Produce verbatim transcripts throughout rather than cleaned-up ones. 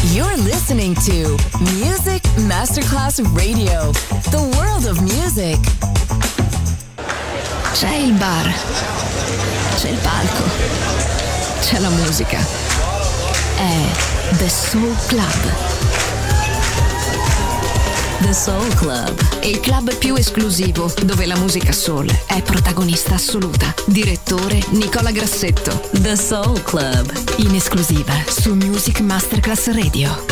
You're listening to Music Masterclass Radio, the world of music. C'è il bar, c'è il palco, c'è la musica. È The Soul Club. The Soul Club, il club più esclusivo dove la musica soul è protagonista assoluta. Direttore Nicola Grassetto. The Soul Club, in esclusiva su Music Masterclass Radio.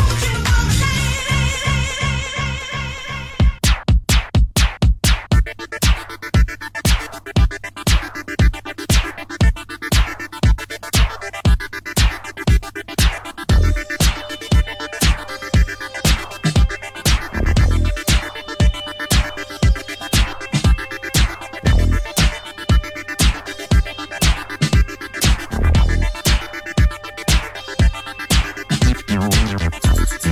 Thank you.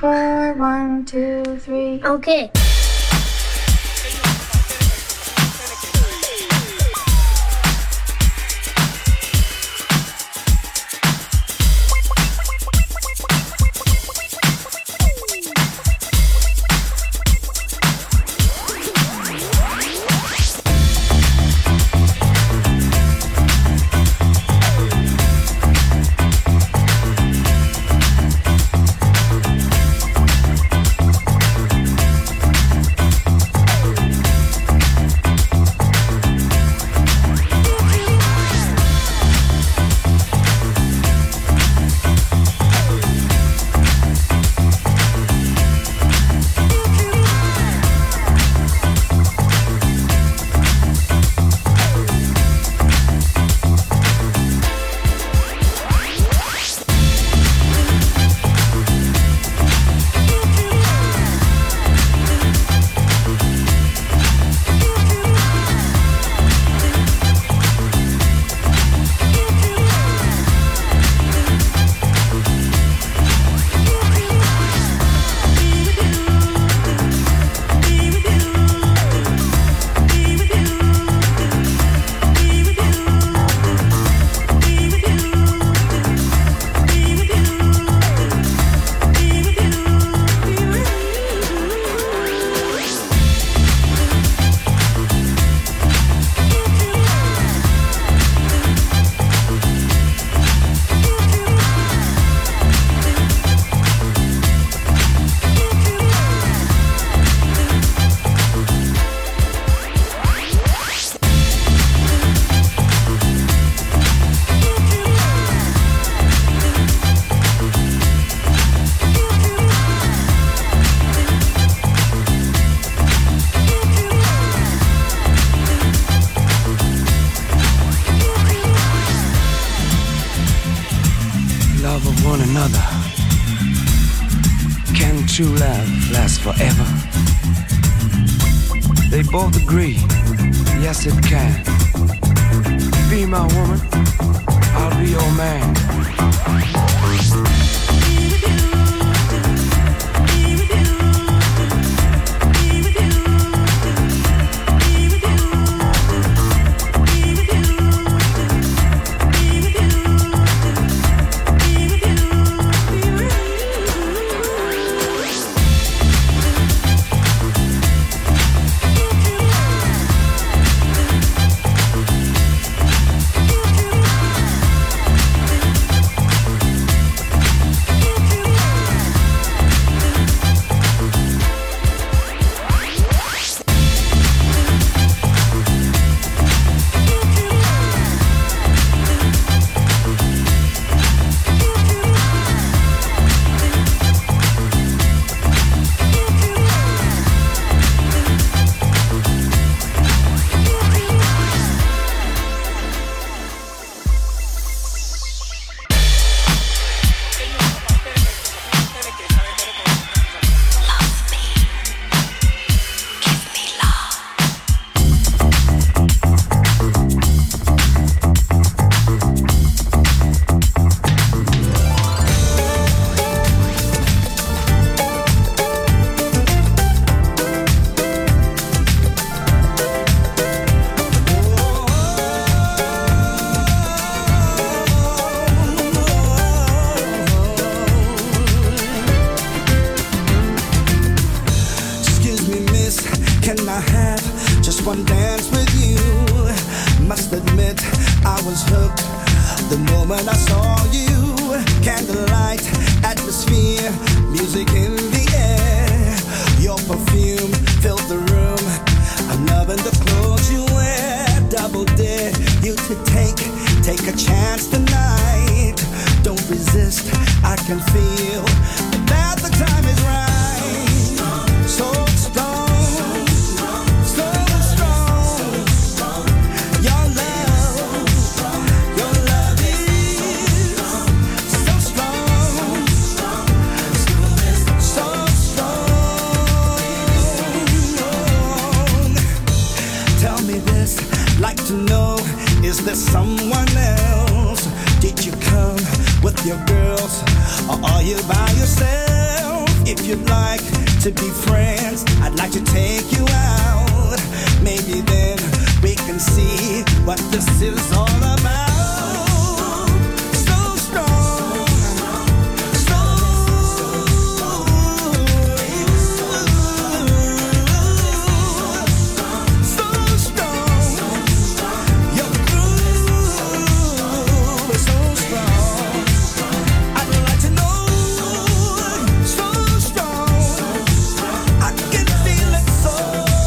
four, one, two, three. Okay. True love lasts forever. They both agree, yes it can. Be my woman, I'll be your man. Your girls, or are you by yourself? If you'd like to be friends, I'd like to take you out. Maybe then we can see what this is all about. So strong, so so strong. Your groove is so strong. I'd like to know, so strong. I can feel it so.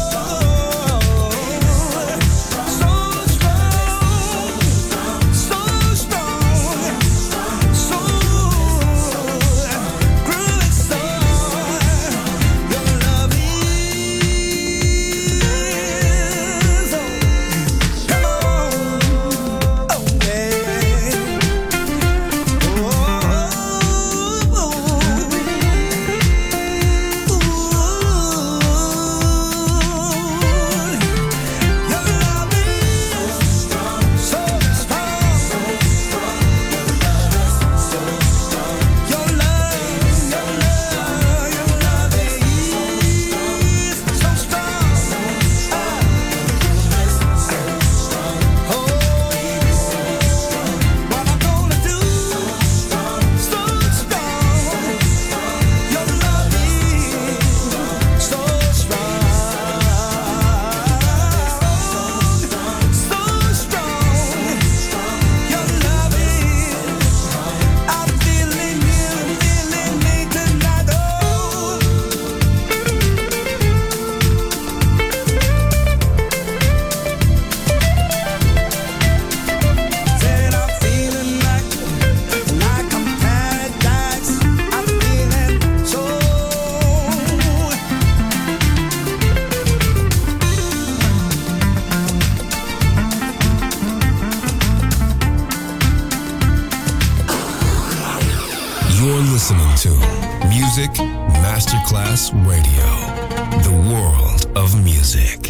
listening to Music Masterclass Radio, the world of music.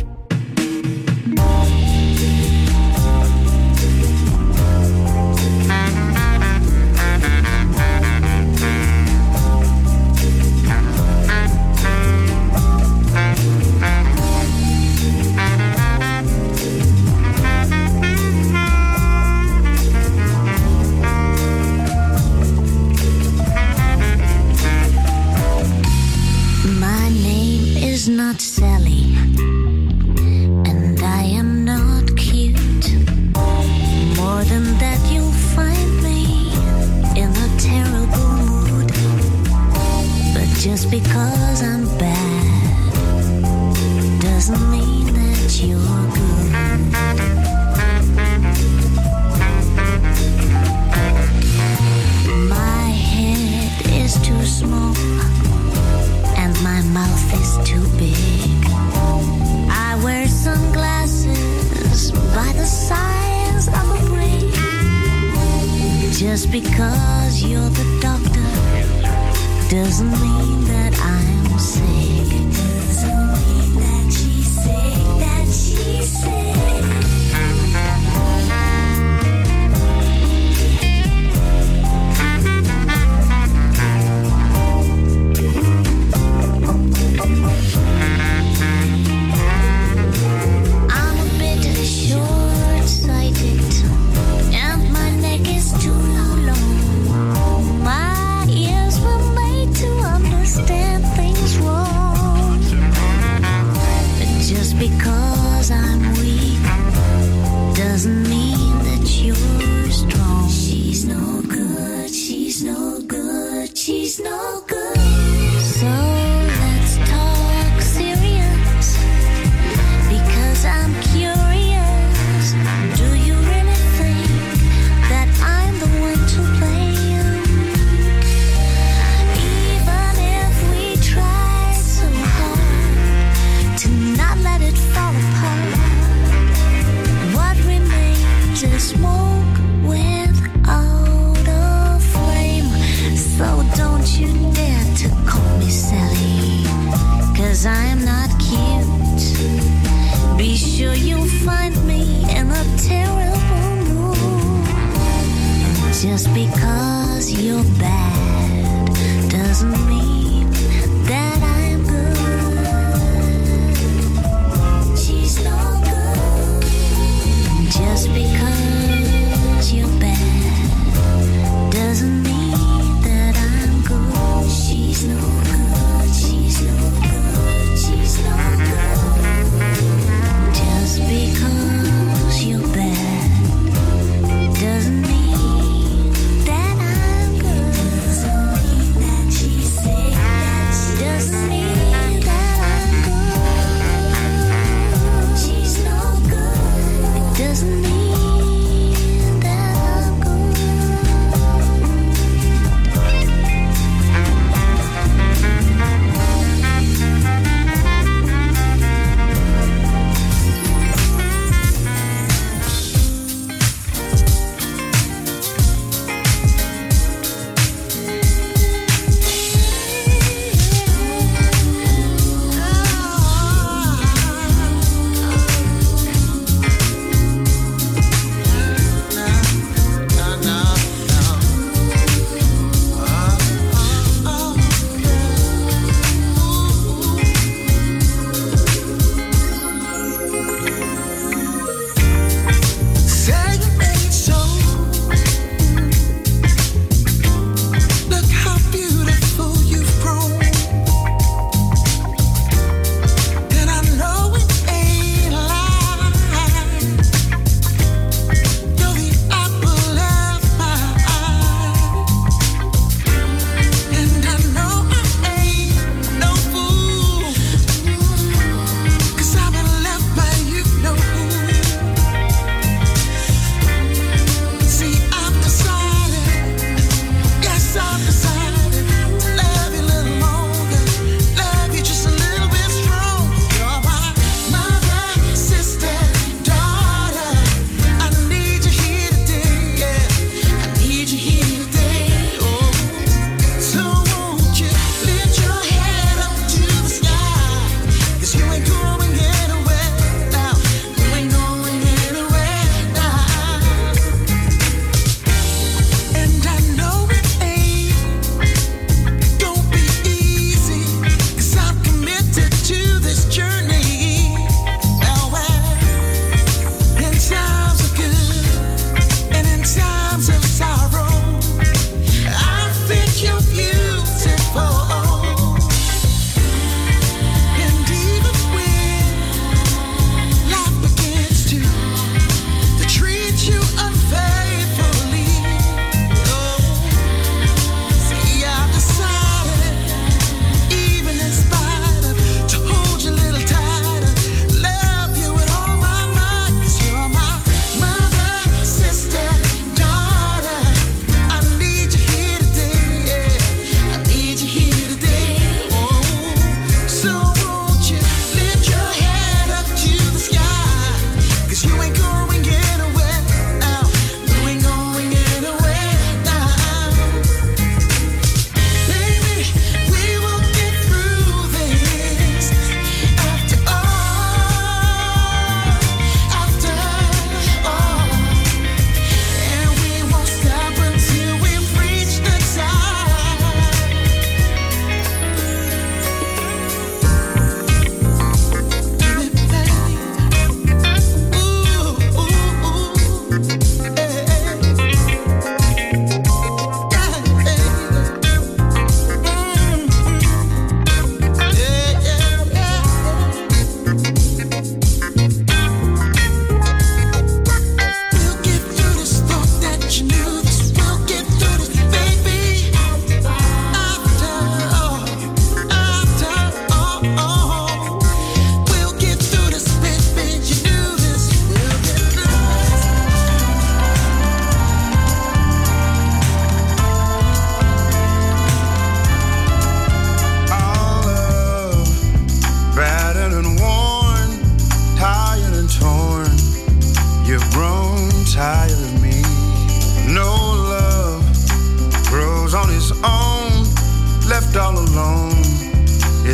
Not Sally, and I am not cute. More than that, you'll find me in a terrible mood. But just because I'm bad doesn't mean that you're good. My head is too small and my mouth is too big. I wear sunglasses by the size of a brick. Just because you're the doctor doesn't mean that I'm sick. Doesn't mean that she's sick, that she's sick. Because I'm weak doesn't mean that you're strong. She's no good, she's no good, she's no good. So let's talk serious, because I'm curious. Do you really think that I'm the one to blame? Even if we try so hard to not let it fall apart, what remains is smoke without a flame. So don't you dare to call me Sally, 'cause I'm not cute. Be sure you'll find me in a terrible mood. Just because you're bad doesn't mean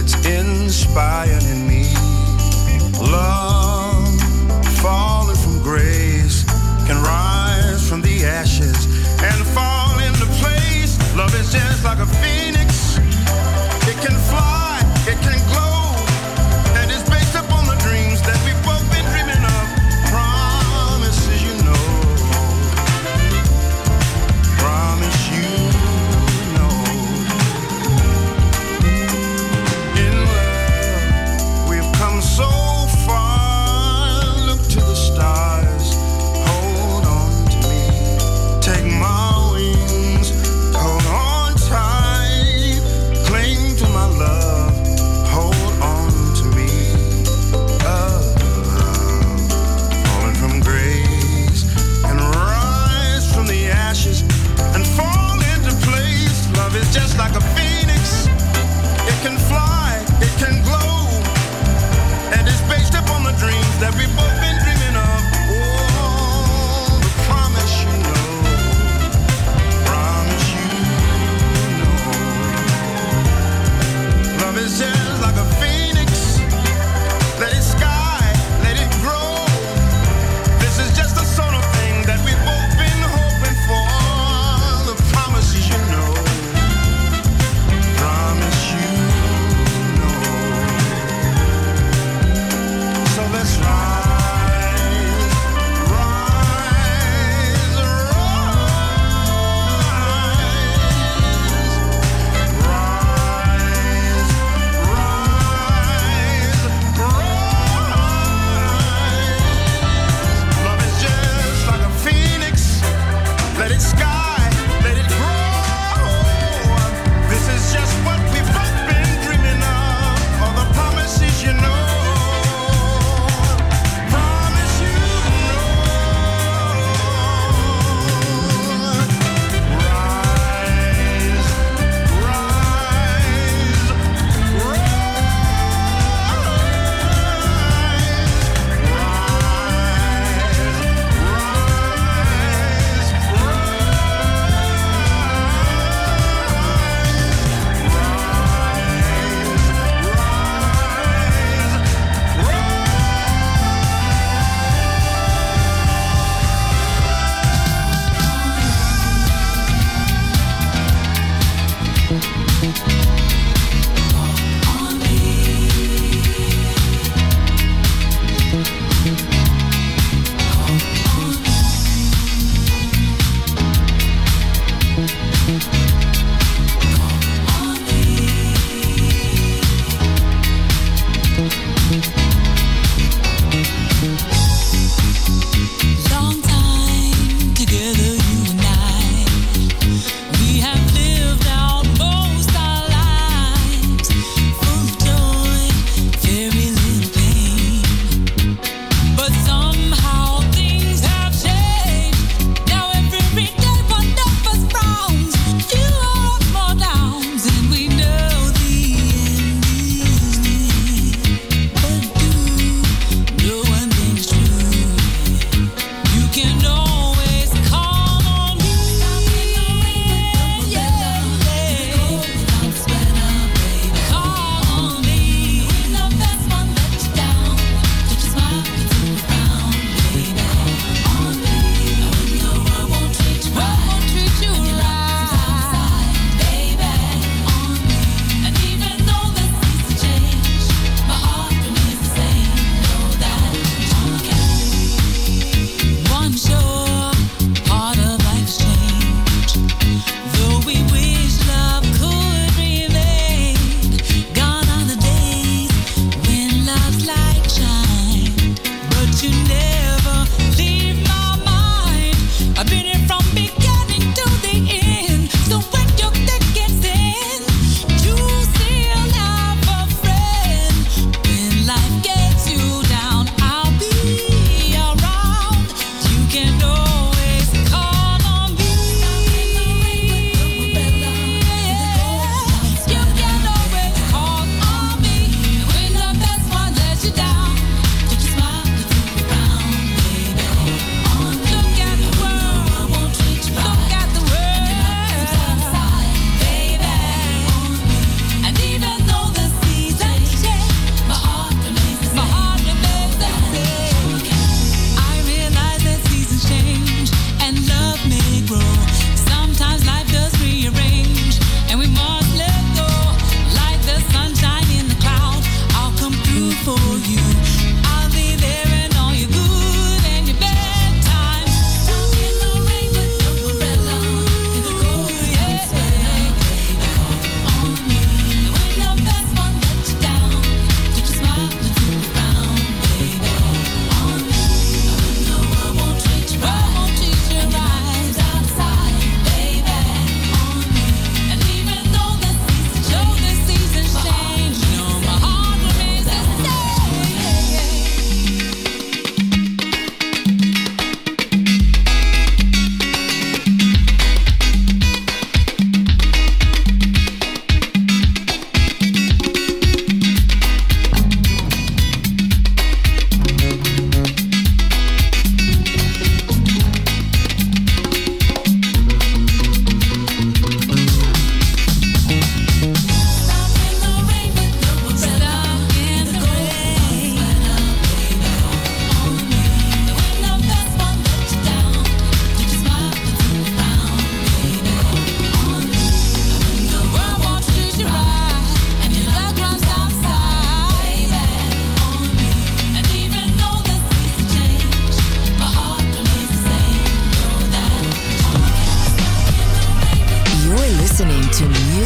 it's inspiring me. Love, falling from grace, can rise from the ashes and fall into place. Love is just like a phoenix. It can fly, it can glow, and it's based upon the dreams that we've both been dreaming of. Promises, you know. Promise you know. In love, we've come so far. Look to the stars. Hold on to me. Take my wings. Hold on tight.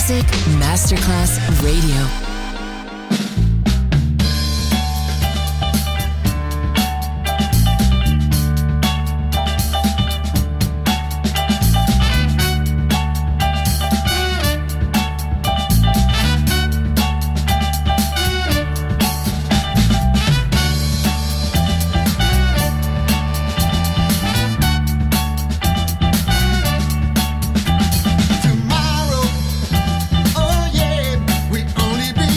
Music Masterclass Radio. Tomorrow, oh yeah, we only be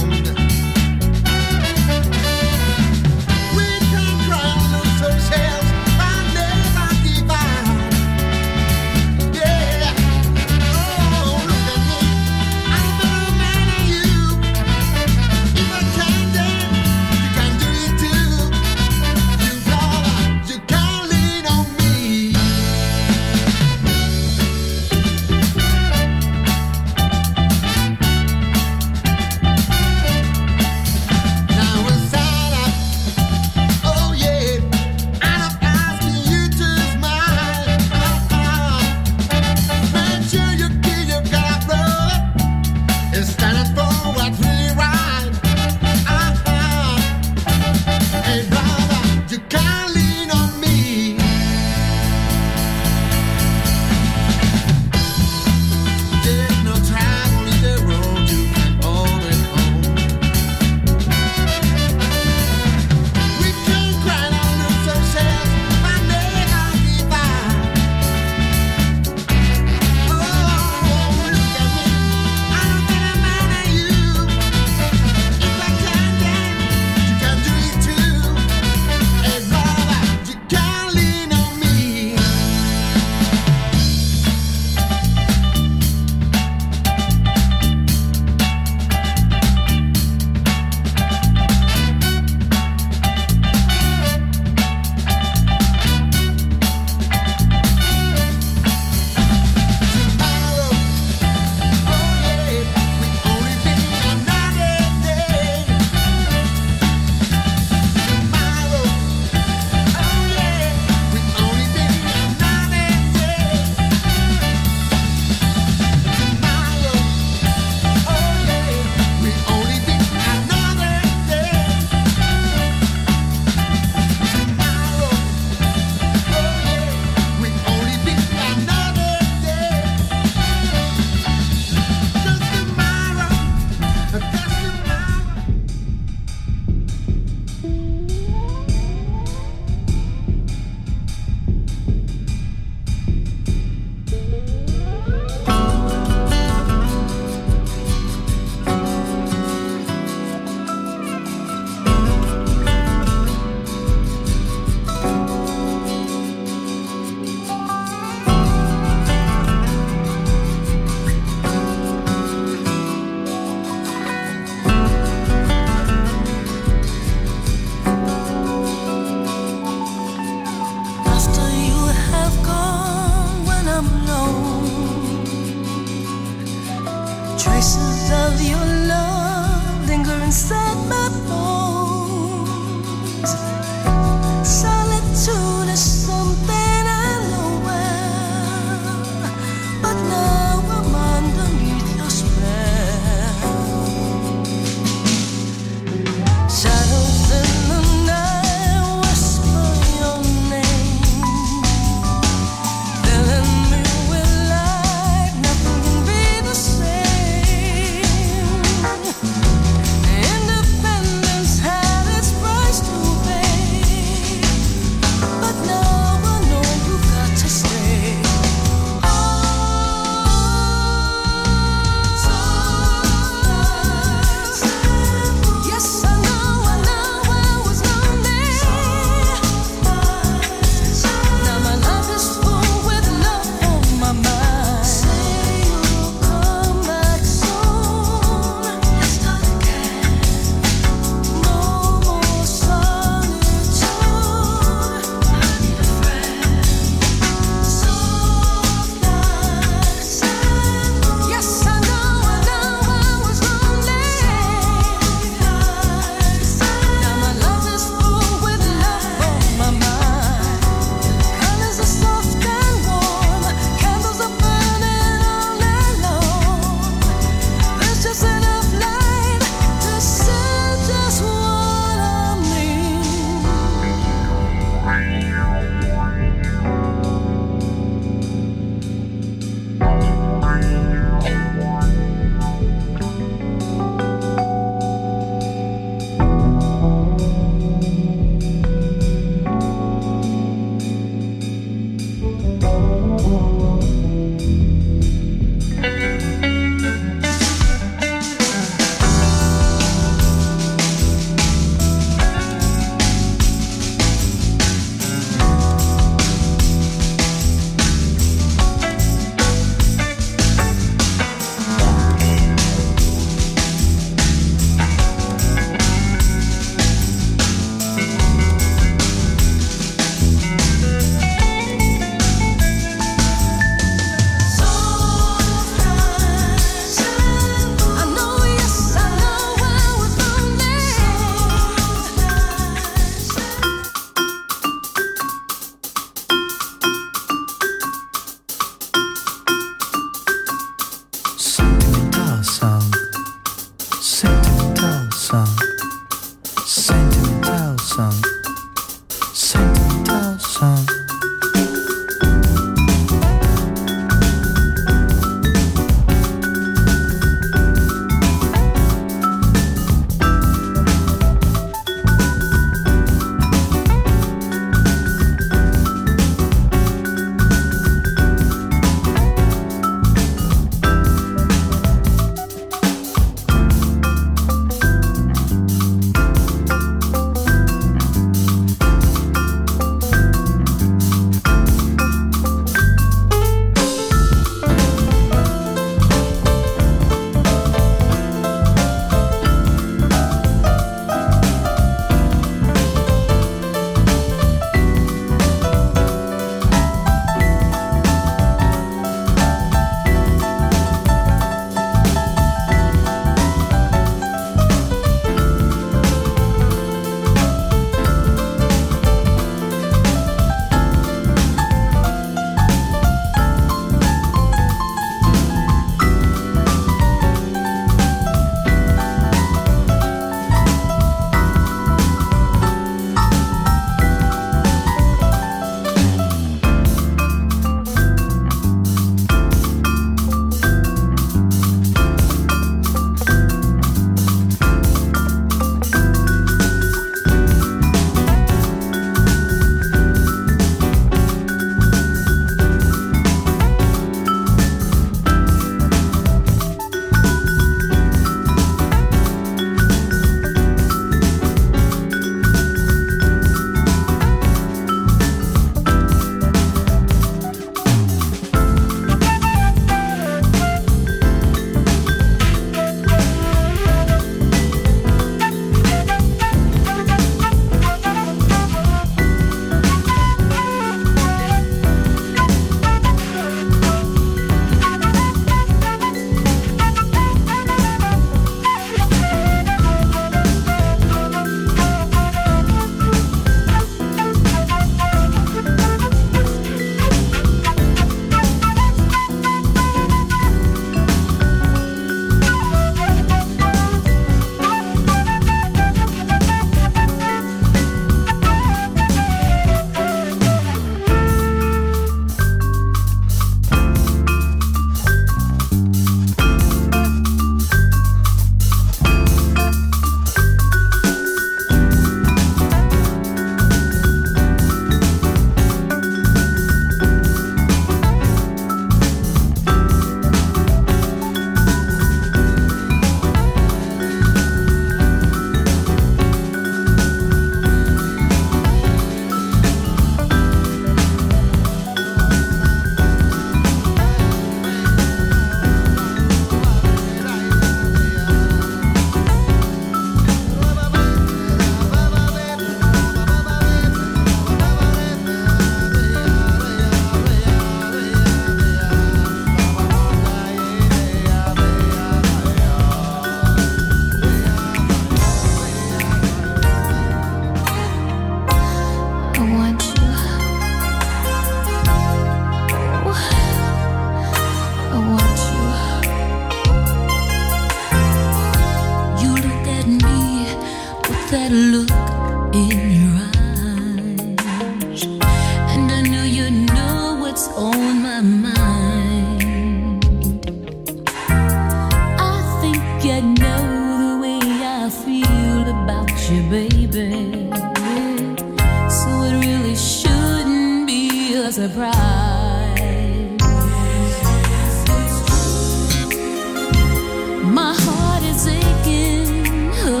My heart is aching. Oh.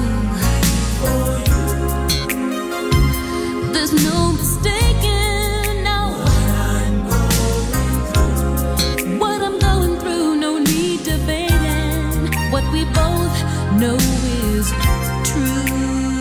There's no mistaking now what I'm going through. No need debating. What we both know is true.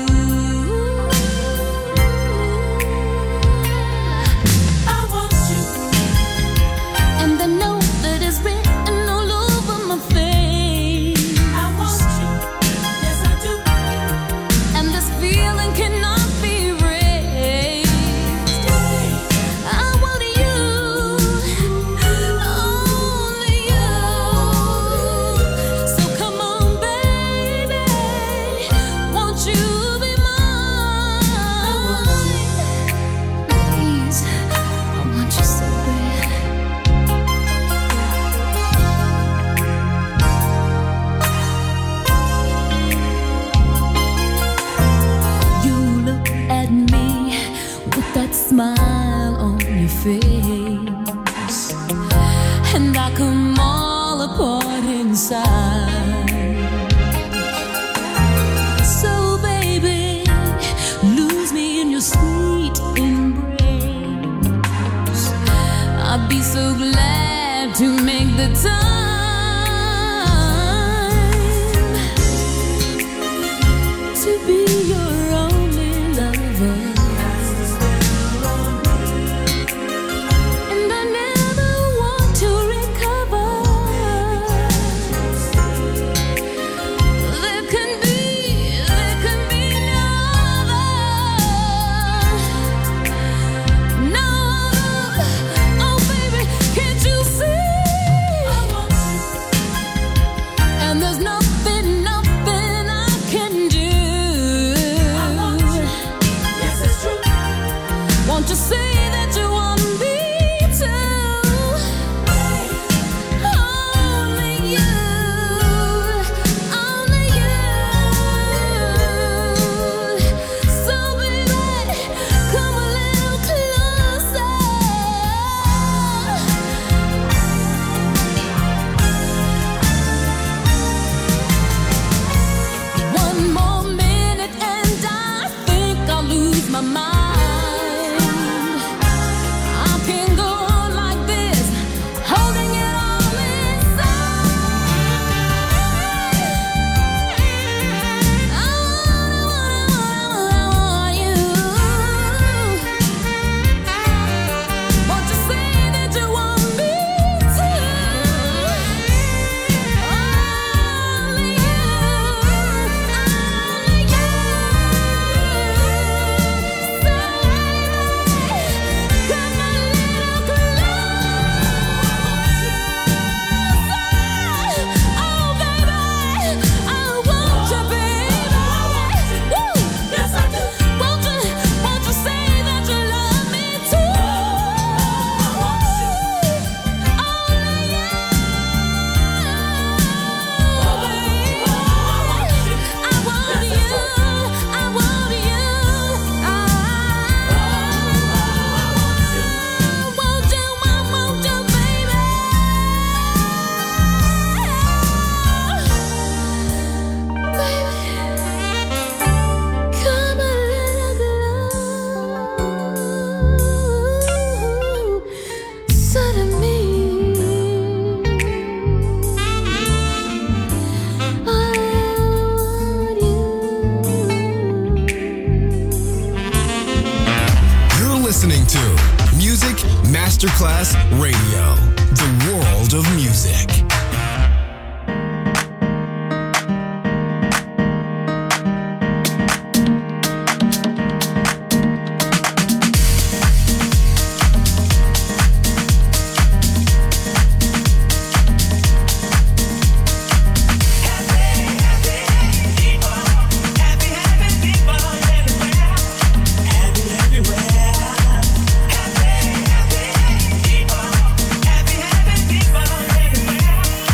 Smile on your face, and I come all apart inside. So baby, lose me in your sweet embrace. I'd be so glad to make the time to be your only lover. Masterclass Radio, the world of music. Happy, happy people everywhere.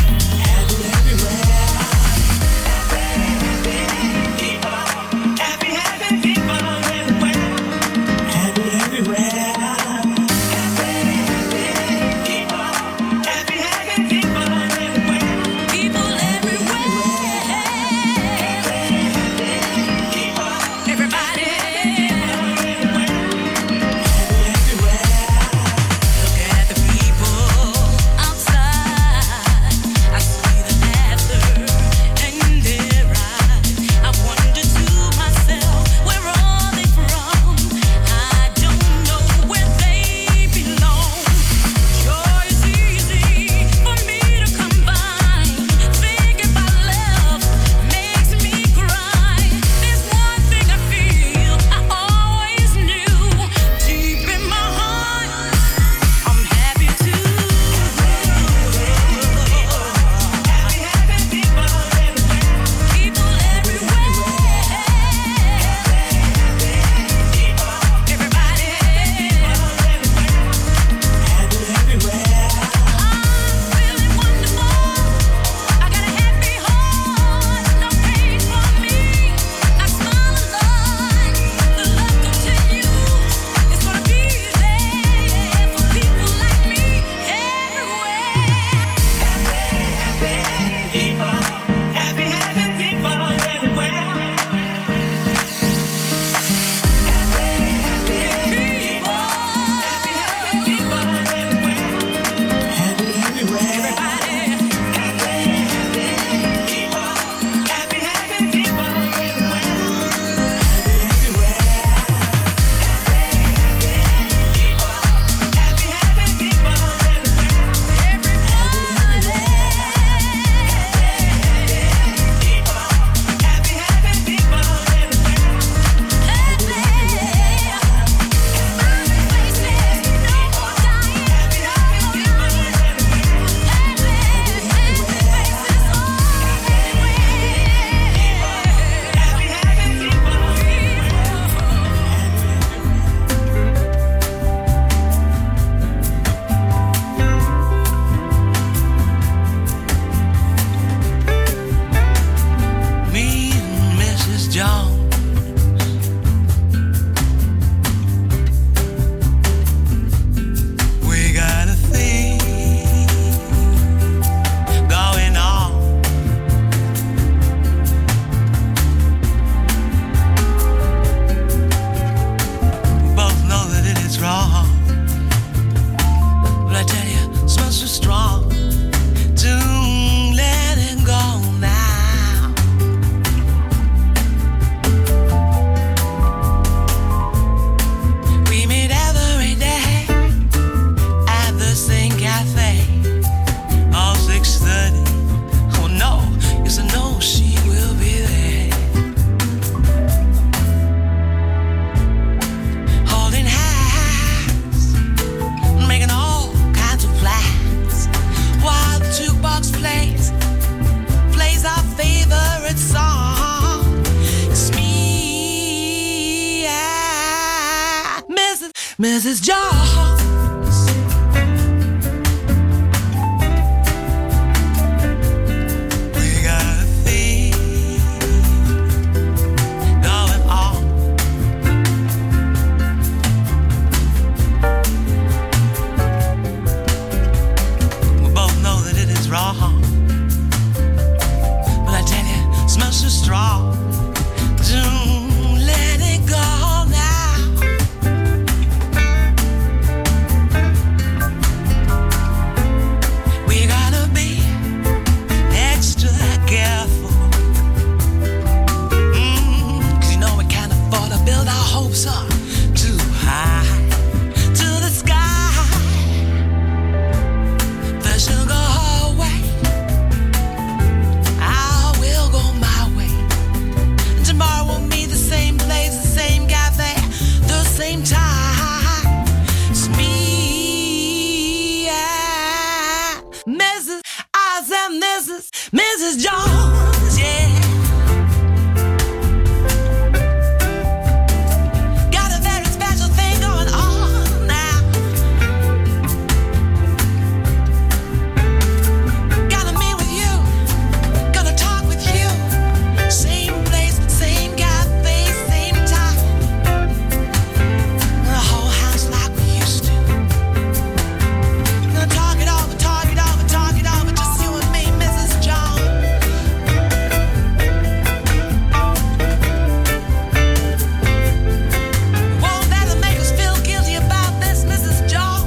Missus Jones. We got a thing going on. We both know that it is wrong, but I tell you, it smells so strong. Don't let it go now. We gotta be extra careful. Mm, 'cause you know we can't afford to build our hopes up too high to the sky. First she'll go her way, I will go my way. Tomorrow we'll meet the same place, the same cafe, the same time. It's me, yeah. Missus I said Missus Missus Jones, yeah. Got a very special thing going on now. Gotta meet with you, gonna talk with you. Same place, same cafe, same time. The whole house like we used to. Gonna talk it over, talk it over, talk it over. Just you and me, Missus Jones. Won't that make us feel guilty about this, Missus Jones?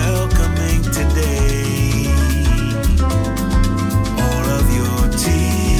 All of your tears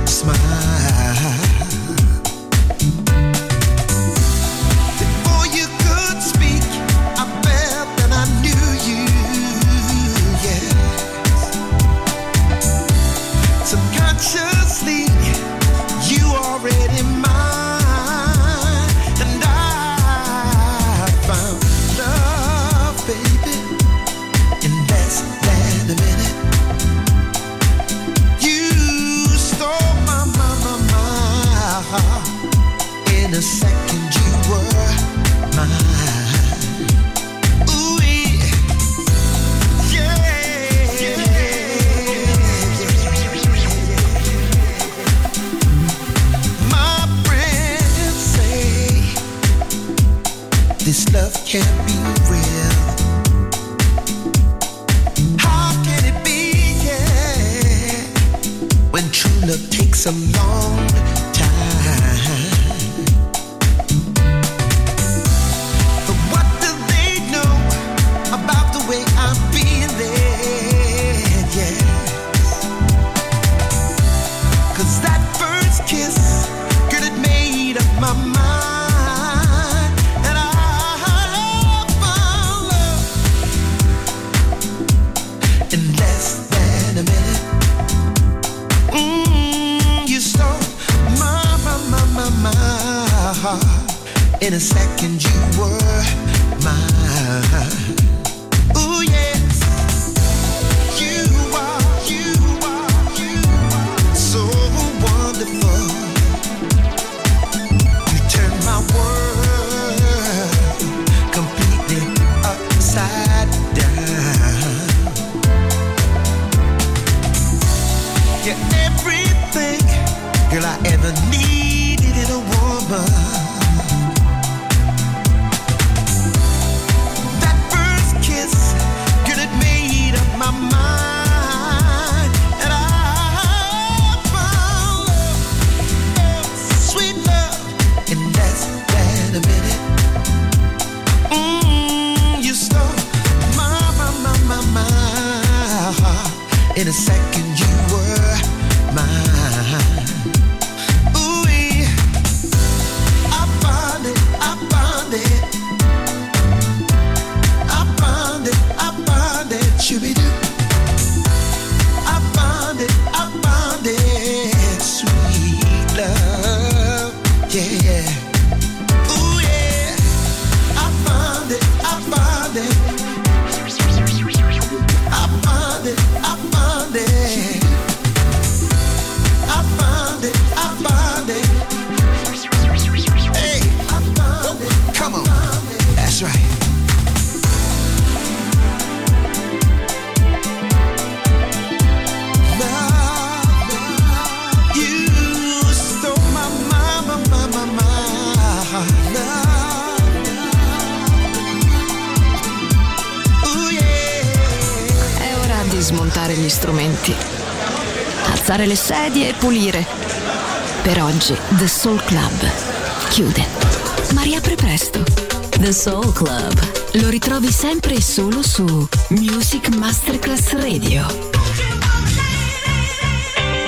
In a second you were mine. Ooh yes, you are, you are, you are so wonderful. You turned my world completely upside down. You're everything, girl, I ever needed in a woman. My mind, and I found love, sweet love, in less than a minute. Mm, you stole my, my, my, my, my heart. In a second you were mine. Ooh, yeah. I found it, I found it. I found it, I found it. Shoo-be-doo. Sweet love, yeah. Ooh yeah, I found it, I found it. I found it, I found it. I found it, I found it. Hey, I found it. Come on, that's right. Smontare gli strumenti, alzare le sedie e pulire. Per oggi The Soul Club chiude, ma riapre presto. The Soul Club lo ritrovi sempre e solo su Music Masterclass Radio.